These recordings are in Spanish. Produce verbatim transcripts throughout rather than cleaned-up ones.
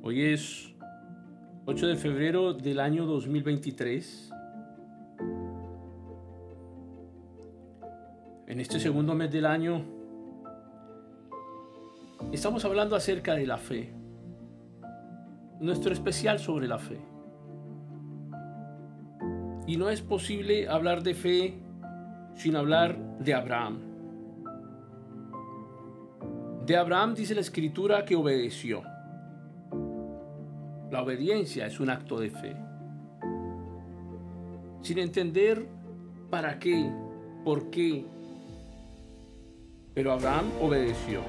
Hoy es ocho de febrero del año dos mil veintitrés. En este segundo mes del año estamos hablando acerca de la fe. Nuestro especial sobre la fe. Y no es posible hablar de fe sin hablar de Abraham. De Abraham dice la Escritura que obedeció. La obediencia es un acto de fe. Sin entender para qué, por qué. Pero Abraham obedeció.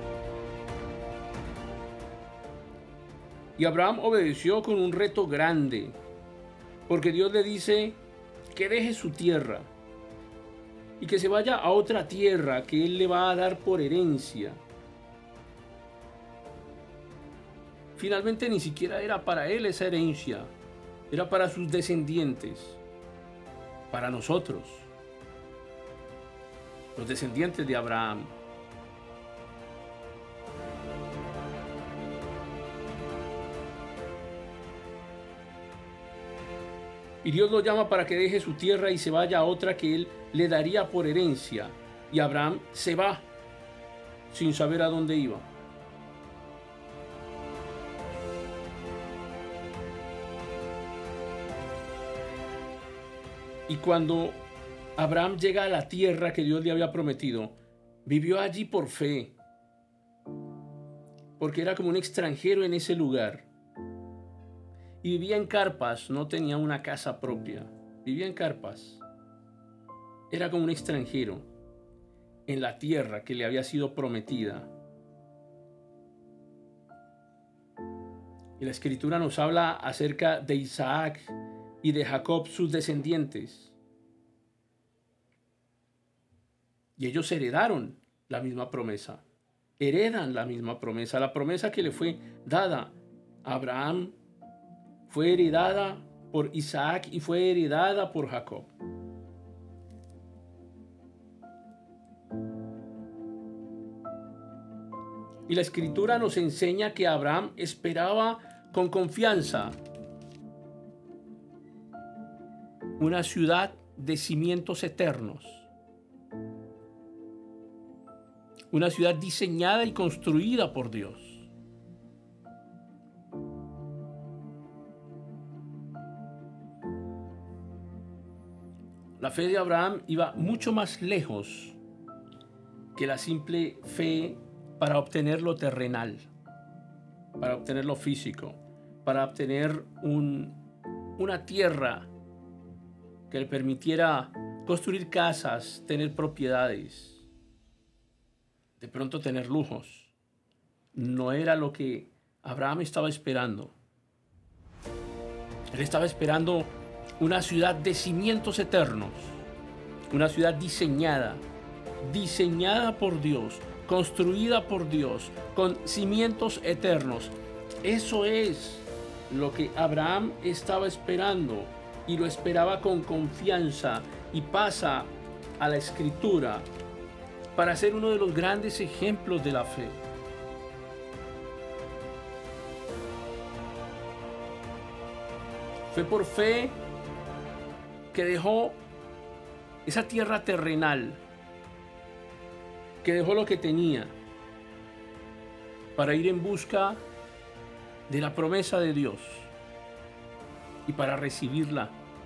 Y Abraham obedeció con un reto grande. Porque Dios le dice que deje su tierra y que se vaya a otra tierra que Él le va a dar por herencia. Finalmente ni siquiera era para él esa herencia, era para sus descendientes, para nosotros, los descendientes de Abraham. Y Dios lo llama para que deje su tierra y se vaya a otra que Él le daría por herencia. Y Abraham se va sin saber a dónde iba. Y cuando Abraham llega a la tierra que Dios le había prometido, vivió allí por fe, porque era como un extranjero en ese lugar. Y vivía en carpas, no tenía una casa propia, vivía en carpas. Era como un extranjero en la tierra que le había sido prometida. Y la Escritura nos habla acerca de Isaac y de Jacob, sus descendientes. Y ellos heredaron la misma promesa. Heredan la misma promesa. La promesa que le fue dada a Abraham fue heredada por Isaac y fue heredada por Jacob. Y la Escritura nos enseña que Abraham esperaba con confianza una ciudad de cimientos eternos. Una ciudad diseñada y construida por Dios. La fe de Abraham iba mucho más lejos que la simple fe para obtener lo terrenal, para obtener lo físico, para obtener un, una tierra que le permitiera construir casas, tener propiedades, de pronto tener lujos. No era lo que Abraham estaba esperando. Él estaba esperando una ciudad de cimientos eternos, una ciudad diseñada, diseñada por Dios, construida por Dios, con cimientos eternos. Eso es lo que Abraham estaba esperando. Y lo esperaba con confianza, y pasa a la Escritura para ser uno de los grandes ejemplos de la fe. Fue por fe que dejó esa tierra terrenal, que dejó lo que tenía para ir en busca de la promesa de Dios y para recibirla.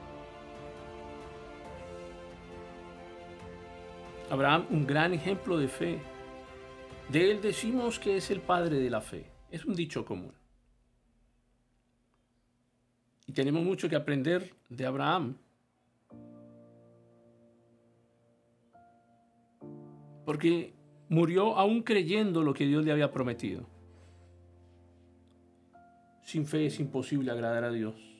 Abraham, un gran ejemplo de fe. De él decimos que es el padre de la fe. Es un dicho común. Y tenemos mucho que aprender de Abraham. Porque murió aún creyendo lo que Dios le había prometido. Sin fe es imposible agradar a Dios.